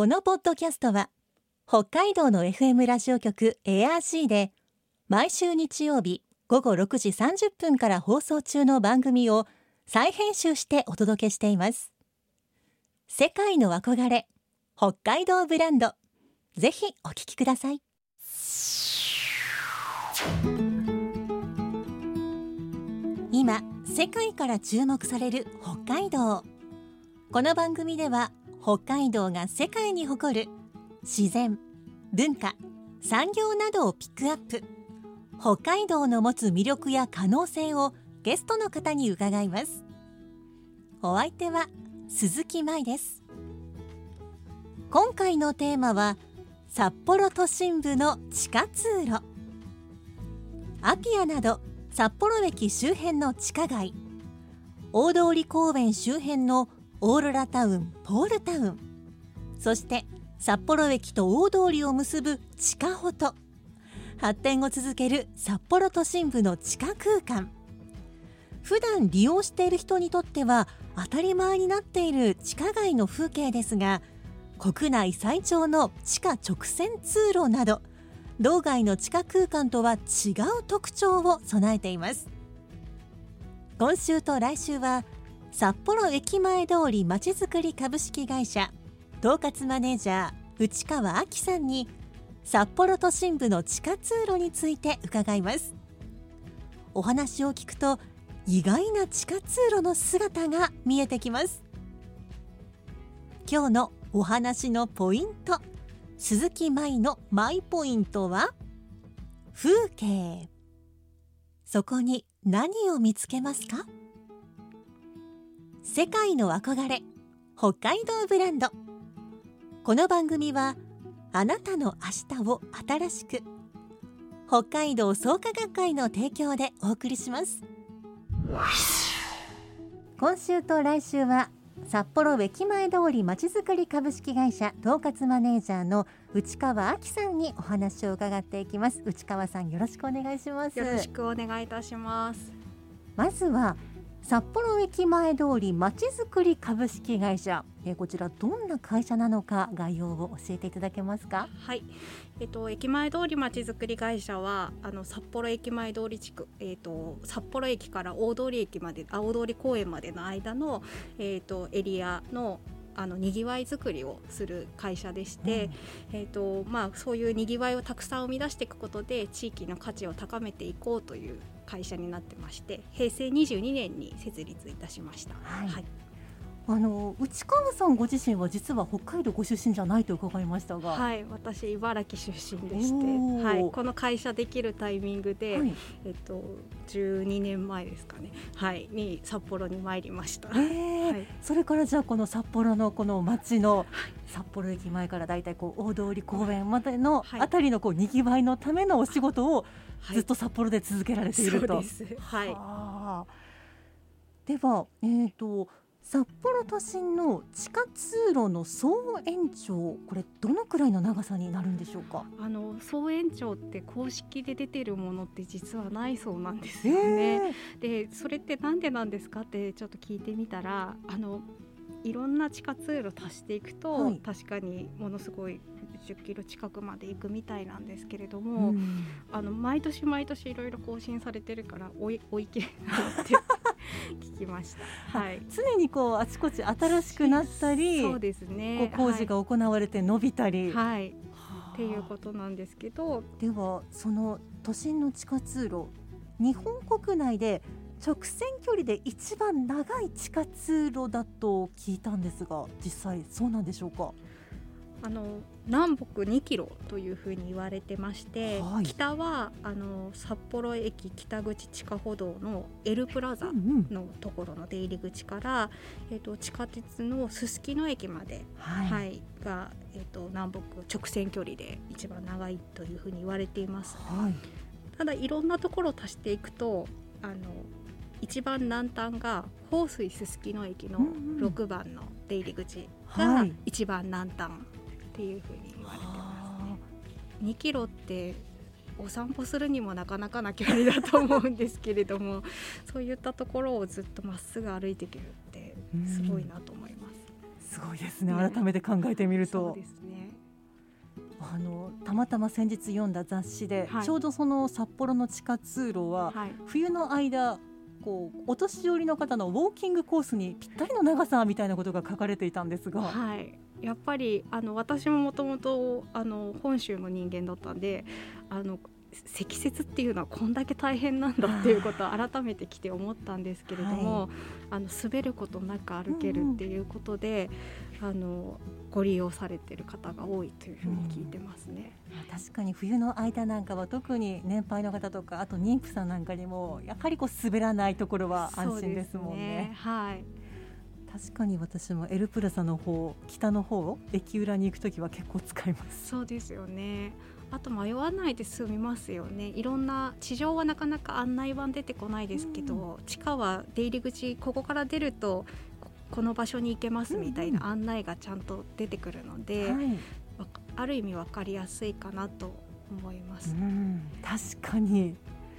このポッドキャストは北海道の FM ラジオ局 ARC で毎週日曜日午後6時30分から放送中の番組を再編集してお届けしています。世界の憧れ北海道ブランド、ぜひお聞きください。今世界から注目される北海道。この番組では北海道が世界に誇る自然、文化、産業などをピックアップ。北海道の持つ魅力や可能性をゲストの方に伺います。お相手は鈴木舞です。今回のテーマは札幌都心部の地下通路。アピアなど札幌駅周辺の地下街、大通公園周辺のオーロラタウン、ポールタウン、そして札幌駅と大通りを結ぶ地下歩と、発展を続ける札幌都心部の地下空間。普段利用している人にとっては当たり前になっている地下街の風景ですが、国内最長の地下直線通路など道外の地下空間とは違う特徴を備えています。今週と来週は札幌駅前通りまちづくり株式会社統括マネージャー内川亜希さんに札幌都心部の地下通路について伺います。お話を聞くと意外な地下通路の姿が見えてきます。今日のお話のポイント、鈴木舞のマイポイントは風景。そこに何を見つけますか？世界の憧れ北海道ブランド。この番組はあなたの明日を新しく、北海道創価学会の提供でお送りします。今週と来週は札幌駅前通りまちづくり株式会社統括マネージャーの内川亜希さんにお話を伺っていきます。内川さん、よろしくお願いします。 よろしくお願いいたします。 まずは札幌駅前通りまちづくり株式会社、こちらどんな会社なのか概要を教えていただけますか？ はい、駅前通りまちづくり会社は札幌駅前通り地区、札幌駅から大通駅まで、大通公園までの間の、エリアのにぎわい作りをする会社でして、そういうにぎわいをたくさん生み出していくことで地域の価値を高めていこうという会社になってまして、平成22年に設立いたしました。 はいはい、 内川さんご自身は実は北海道ご出身じゃないと伺いましたが。 はい、私茨城出身でして、はい、この会社できるタイミングで、はい、12年前ですかね、はい、に札幌に参りました。はい、 それからじゃあこの札幌のこの街の札幌駅前からだいたい大通公園までのあたりのにぎわいのためのお仕事をずっと札幌で続けられていると。 そうです。はい。 では、札幌都心の地下通路の総延長、これどのくらいの長さになるんでしょうか？ 総延長って公式で出てるものって実はないそうなんですよね。でそれってなんでなんですかってちょっと聞いてみたら、いろんな地下通路足していくと、はい、確かにものすごい10キロ近くまで行くみたいなんですけれども、毎年毎年いろいろ更新されてるから追い切れないって聞きました。はい、 常にあちこち新しくなったり、 そうですね、 工事が行われて伸びたり、 はい、っていうことなんですけど、 ではその都心の地下通路、日本国内で直線距離で一番長い地下通路だと聞いたんですが、実際そうなんでしょうか？ 南北2キロというふうに言われてまして、はい、北は札幌駅北口地下歩道のエルプラザのところの出入り口から、地下鉄のすすきの駅まで、はいが、南北直線距離で一番長いというふうに言われています。はい、ただいろんなところを足していくと一番南端が豊水すすきの駅の6番の出入り口が一番南端っていうふうに言われてますね。2キロってお散歩するにもなかなかな距離だと思うんですけれどもそういったところをずっとまっすぐ歩いていけるってすごいなと思います。 すごいですね、改めて考えてみると。 そうですね。 たまたま先日読んだ雑誌で、ちょうどその札幌の地下通路は、冬の間こうお年寄りの方のウォーキングコースにぴったりの長さみたいなことが書かれていたんですが、 やっぱり私ももともと本州の人間だったんで、積雪っていうのはこんだけ大変なんだっていうことを改めて来て思ったんですけれども、滑ることなく歩けるっていうことで、ご利用されている方が多いというふうに聞いてますね。 確かに冬の間なんかは特に年配の方とか、あと妊婦さんなんかにもやはり滑らないところは安心ですもんね。確かに私もエルプラザの方、北の方駅裏に行くときは結構使います。 そうですよね。あと迷わないで済みますよね。いろんな地上はなかなか案内板出てこないですけど、地下は出入り口、ここから出るとこの場所に行けますみたいな案内がちゃんと出てくるので、ある意味分かりやすいかなと思います。 確かに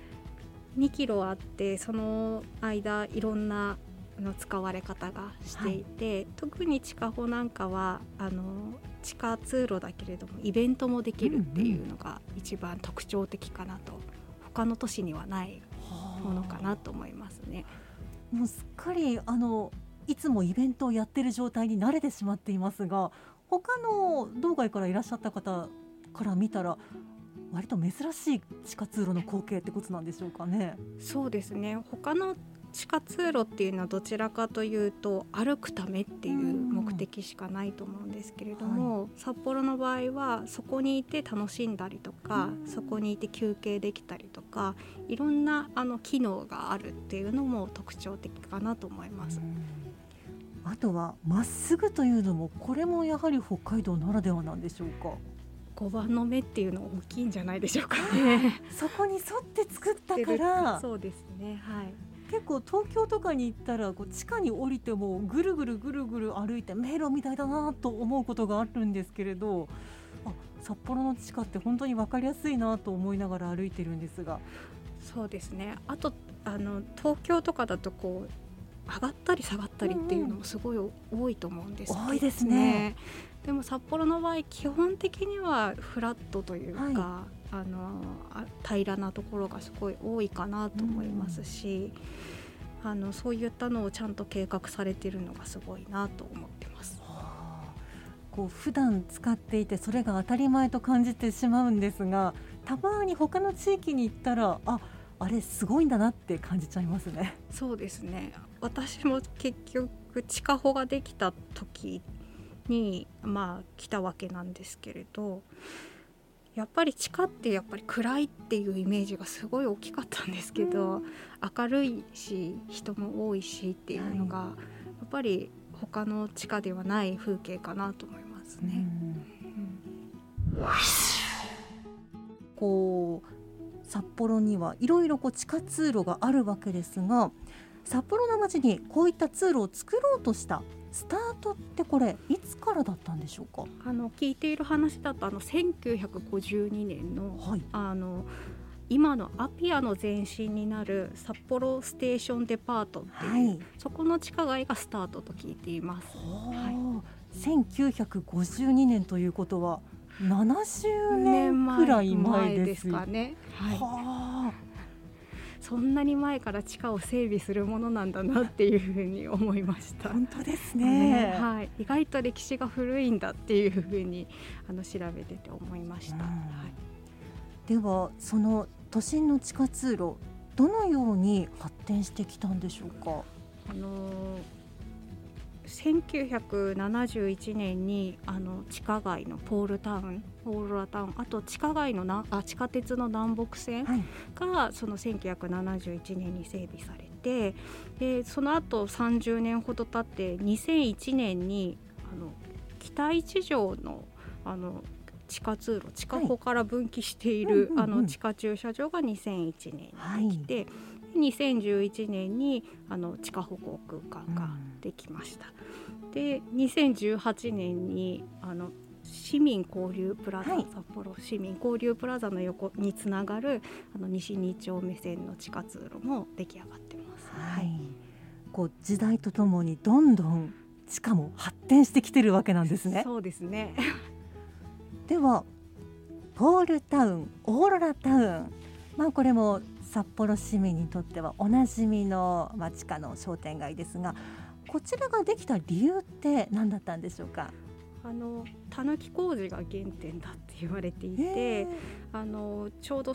2キロあって、その間いろんな使われ方がしていて、特に地下歩なんかは地下通路だけれどもイベントもできるっていうのが一番特徴的かなと、他の都市にはないものかなと思いますね。 もうすっかりいつもイベントをやっている状態に慣れてしまっていますが、他の道外からいらっしゃった方から見たら割と珍しい地下通路の光景ってことなんでしょうかね。 そうですね。他の地下通路っていうのはどちらかというと歩くためっていう目的しかないと思うんですけれども、札幌の場合はそこにいて楽しんだりとか、そこにいて休憩できたりとか、いろんな機能があるっていうのも特徴的かなと思います。 あとはまっすぐというのも、これもやはり北海道ならではなんでしょうか。 5番の目っていうの大きいんじゃないでしょうかね。 そこに沿って作ったからそうですね。 結構東京とかに行ったら地下に降りてもぐるぐる歩いて迷路みたいだなと思うことがあるんですけれど、札幌の地下って本当に分かりやすいなと思いながら歩いてるんですが。 そうですね。あと東京とかだとこう上がったり下がったりっていうのもすごい多いと思うんですけど、 多いですね。 でも札幌の場合基本的にはフラットというか、平らなところがすごい多いかなと思いますし、そういったのをちゃんと計画されているのがすごいなと思ってます。 こう普段使っていてそれが当たり前と感じてしまうんですが、たまに他の地域に行ったらあれすごいんだなって感じちゃいますね。 そうですね。私も結局地下歩ができた時に来たわけなんですけれど、やっぱり地下ってやっぱり暗いっていうイメージがすごい大きかったんですけど、明るいし人も多いしっていうのが、やっぱり他の地下ではない風景かなと思いますね。 こう札幌にはいろいろ地下通路があるわけですが、札幌の街にこういった通路を作ろうとしたスタートってこれいつからだったんでしょうか。 聞いている話だと1952年の、今のアピアの前身になる札幌ステーションデパートっていう、そこの地下街がスタートと聞いています。 1952年ということは70年くらい前ですかね。そんなに前から地下を整備するものなんだなっていうふうに思いました。 本当ですね。 意外と歴史が古いんだっていうふうに調べてて思いました。 ではその都心の地下通路、どのように発展してきたんでしょうか。 1971年に地下街のポールラタウン、あと地下鉄の南北線がその1971年に整備されて、でその後30年ほど経って2001年に北一条の地下通路、地下歩から分岐している地下駐車場が2001年にできて、2011年に地下歩行空間ができました。で2018年に市民交流プラザ、札幌市民交流プラザの横につながる西2丁目線の地下通路も出来上がってます。 こう時代とともにどんどん地下も発展してきてるわけなんですね。 そうですね。 ではポールタウン、オーロラタウン、これも札幌市民にとってはおなじみの、地下の商店街ですが、こちらができた理由って何だったんでしょうか？ たぬき工事が原点だって言われていて、ちょうど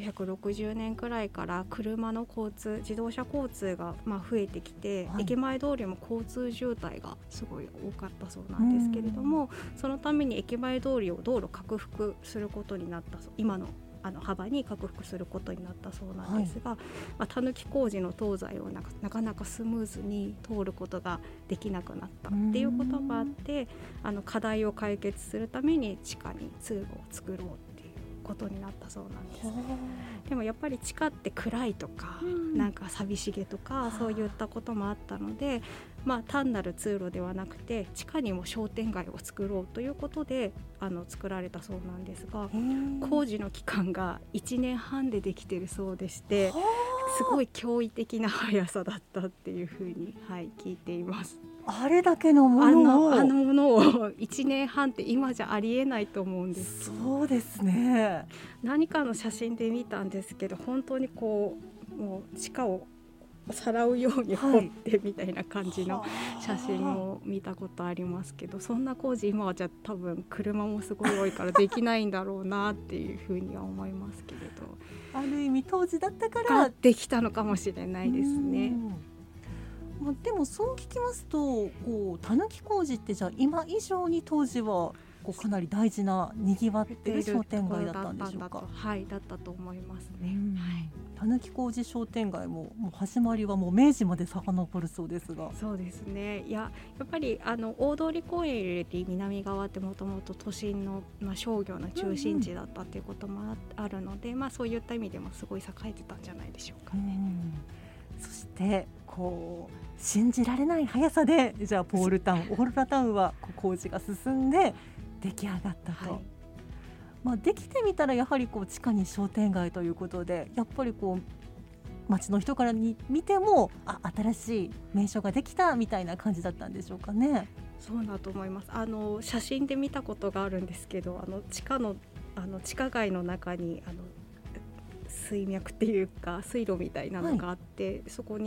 1960年くらいから車の自動車交通が増えてきて、駅前通りも交通渋滞がすごい多かったそうなんですけれども、そのために駅前通りを道路拡幅することになった、今の幅に拡幅することになったそうなんですが、たぬき工事の東西をなかなかスムーズに通ることができなくなったっていうことがあって、課題を解決するために地下に通路を作ろうっていうことになったそうなんです。でもやっぱり地下って暗いとか、なんか寂しげとかそういったこともあったので、単なる通路ではなくて地下にも商店街を作ろうということで作られたそうなんですが、工事の期間が1年半でできているそうでして、すごい驚異的な速さだったっていうふうに、聞いています。 あれだけのものをあのものを1年半って今じゃありえないと思うんです。 そうですね。 何かの写真で見たんですけど、本当にもう地下をさらうように掘ってみたいな感じの写真を見たことありますけど、そんな工事今はじゃあ多分車もすごい多いからできないんだろうなっていうふうには思いますけれど、 ある意味当時だったからできたのかもしれないですね。 でもそう聞きますと、たぬき工事ってじゃあ今以上に当時はかなり大事なにぎわっている商店街だったんでしょうか？ だったと思いますね。 たぬき工事商店街もう始まりはもう明治まで遡るそうですが。 そうですね。やっぱり大通公園より南側ってもともと都心の、商業の中心地だったっていうこともあるので、そういった意味でもすごい栄えてたんじゃないでしょうかね。 そして信じられない速さでじゃあポールタウン、オーロラタウンは工事が進んで出来上がったと。できてみたらやはり地下に商店街ということで、やっぱり街の人から見ても新しい名所ができたみたいな感じだったんでしょうかね。 そうだと思います。写真で見たことがあるんですけど、地下街の中に水脈っていうか水路みたいなのがあって、そこ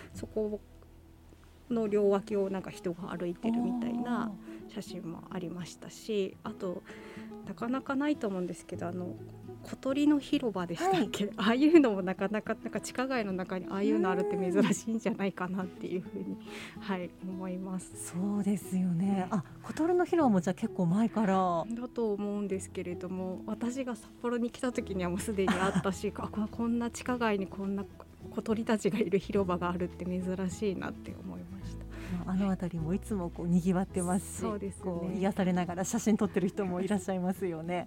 の両脇を人が歩いてるみたいな写真もありましたし、あとなかなかないと思うんですけど、小鳥の広場でしたっけ、ああいうのもなかなか地下街の中にああいうのあるって珍しいんじゃないかなっていうふうに、思います。 そうですよね。小鳥の広場もじゃあ結構前からだと思うんですけれども、私が札幌に来た時にはもうすでにあったしこんな地下街にこんな小鳥たちがいる広場があるって珍しいなって思いました。 辺りもいつもにぎわってますし、 そうですね、 癒されながら写真撮ってる人もいらっしゃいますよね。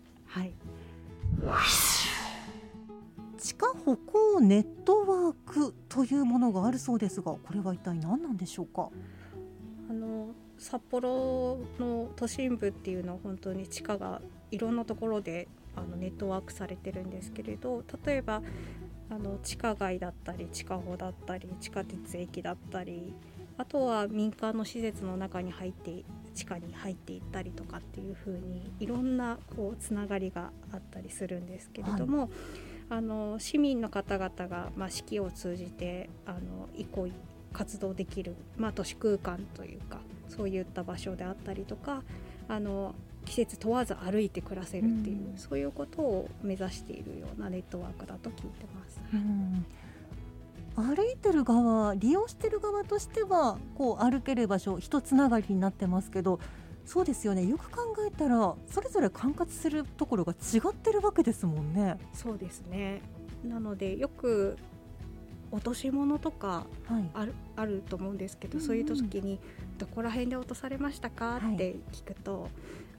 地下歩行ネットワークというものがあるそうですが、これは一体何なんでしょうか？ 札幌の都心部っていうのは本当に地下がいろんなところでネットワークされてるんですけれど、例えば地下街だったり地下歩だったり地下鉄駅だったり、あとは民間の施設の中に地下に入っていったりとかっていう風にいろんなつながりがあったりするんですけれども、市民の方々が四季を通じて憩い活動できる、都市空間というかそういった場所であったりとか、季節問わず歩いて暮らせるっていう、そういうことを目指しているようなネットワークだと聞いてます。 歩いてる側、利用してる側としては歩ける場所一つながりになってますけど、そうですよね。よく考えたらそれぞれ管轄するところが違ってるわけですもんね。 そうですね。なのでよく落とし物とかあると思うんですけど、そういう時にどこら辺で落とされましたかって聞くと、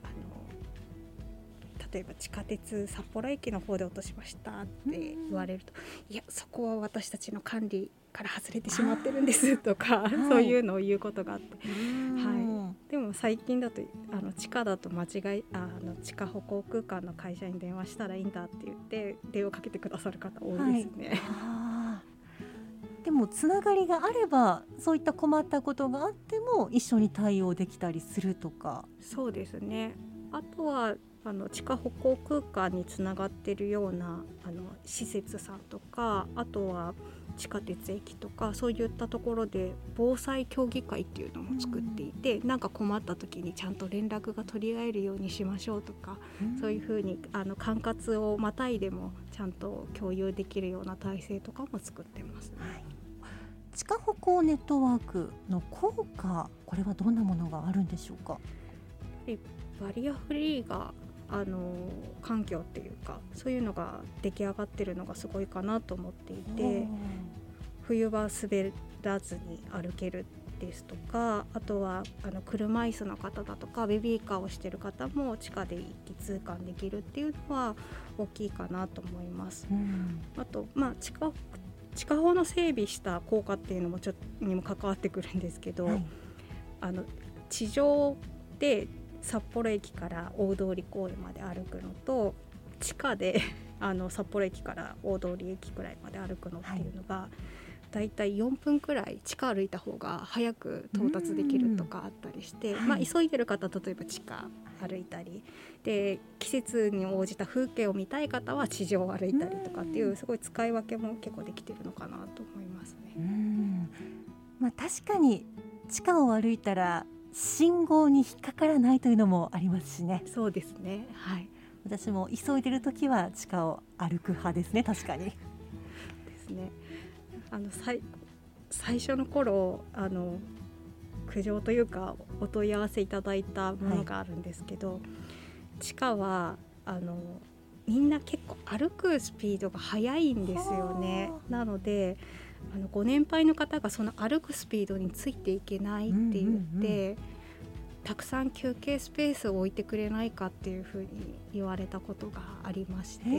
例えば地下鉄札幌駅の方で落としましたって言われると、いやそこは私たちの管理から外れてしまってるんですとか、そういうのを言うことがあって、でも最近だと地下だと地下歩行空間の会社に電話したらいいんだって言って電話かけてくださる方多いですね。 でもつながりがあればそういった困ったことがあっても一緒に対応できたりするとか。 そうですね。あとは地下歩行空間につながっているような施設さんとか、あとは地下鉄駅とか、そういったところで防災協議会っていうのも作っていて、なんか困った時にちゃんと連絡が取り合えるようにしましょうとか、そういうふうに管轄をまたいでもちゃんと共有できるような体制とかも作ってますね。 地下歩行ネットワークの効果、これはどんなものがあるんでしょうか。 バリアフリーが環境っていうか、そういうのが出来上がってるのがすごいかなと思っていて、冬は滑らずに歩けるですとか、あとは車椅子の方だとかベビーカーをしている方も地下で一気通貫できるっていうのは大きいかなと思います。あと、地下歩の整備した効果っていうのもにも関わってくるんですけど、地上で札幌駅から大通公園まで歩くのと、地下で札幌駅から大通駅くらいまで歩くのっていうのが、だいたい4分くらい地下歩いた方が早く到達できるとかあったりして、急いでる方、例えば地下歩いたりで、季節に応じた風景を見たい方は地上を歩いたりとかっていう、すごい使い分けも結構できてるのかなと思いますね。 確かに地下を歩いたら信号に引っかからないというのもありますしね。 そうですね、 私も急いでるときは地下を歩く派ですね。確かにですね。最初の頃苦情というかお問い合わせいただいたものがあるんですけど、地下はみんな結構歩くスピードが速いんですよね。なのでご年配の方がその歩くスピードについていけないって言って、たくさん休憩スペースを置いてくれないかっていうふうに言われたことがありまして、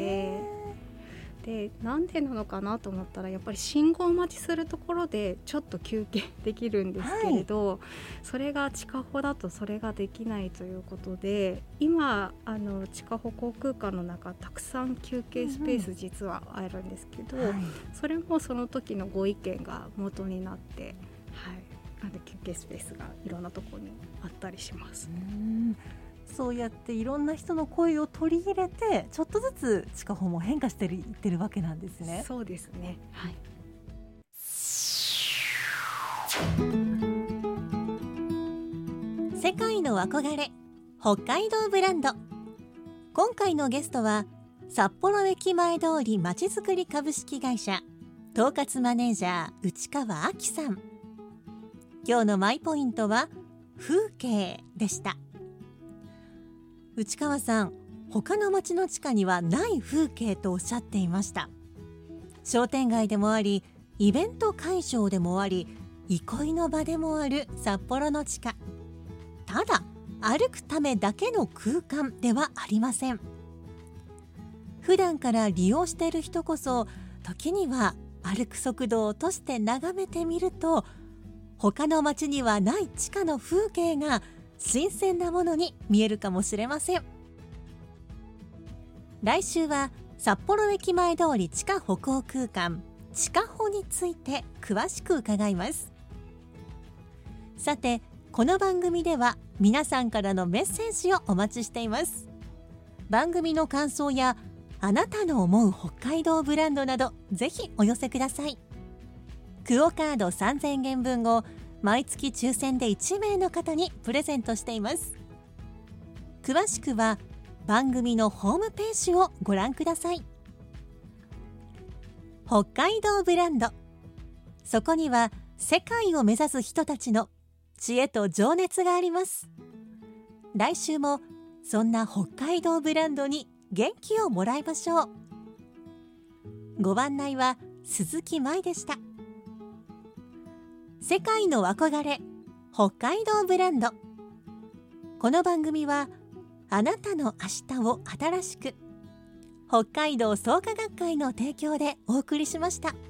でなんでなのかなと思ったら、やっぱり信号待ちするところでちょっと休憩できるんですけれど、それが地下歩だとそれができないということで、今地下歩行空間の中たくさん休憩スペース実はあるんですけど、それもその時のご意見が元になって、休憩スペースがいろんなところにあったりします。 そうやっていろんな人の声を取り入れて、ちょっとずつ地下歩も変化していってるわけなんですね。 そうですね、 世界の憧れ、北海道ブランド。今回のゲストは札幌駅前通りまちづくり株式会社統括マネージャー内川亜希さん。今日のマイポイントは風景でした。内川さん、他の町の地下にはない風景とおっしゃっていました。商店街でもあり、イベント会場でもあり、憩いの場でもある札幌の地下。ただ歩くためだけの空間ではありません。普段から利用している人こそ、時には歩く速度を落として眺めてみると、他の町にはない地下の風景が新鮮なものに見えるかもしれません。来週は札幌駅前通り地下歩行空間地下歩について詳しく伺います。さて、この番組では皆さんからのメッセージをお待ちしています。番組の感想やあなたの思う北海道ブランドなど、ぜひお寄せください。クオカード3000円分を毎月抽選で1名の方にプレゼントしています。詳しくは番組のホームページをご覧ください。北海道ブランド、そこには世界を目指す人たちの知恵と情熱があります。来週もそんな北海道ブランドに元気をもらいましょう。ご案内は鈴木舞でした。世界の憧れ、北海道ブランド。この番組はあなたの明日を新しく、北海道創価学会の提供でお送りしました。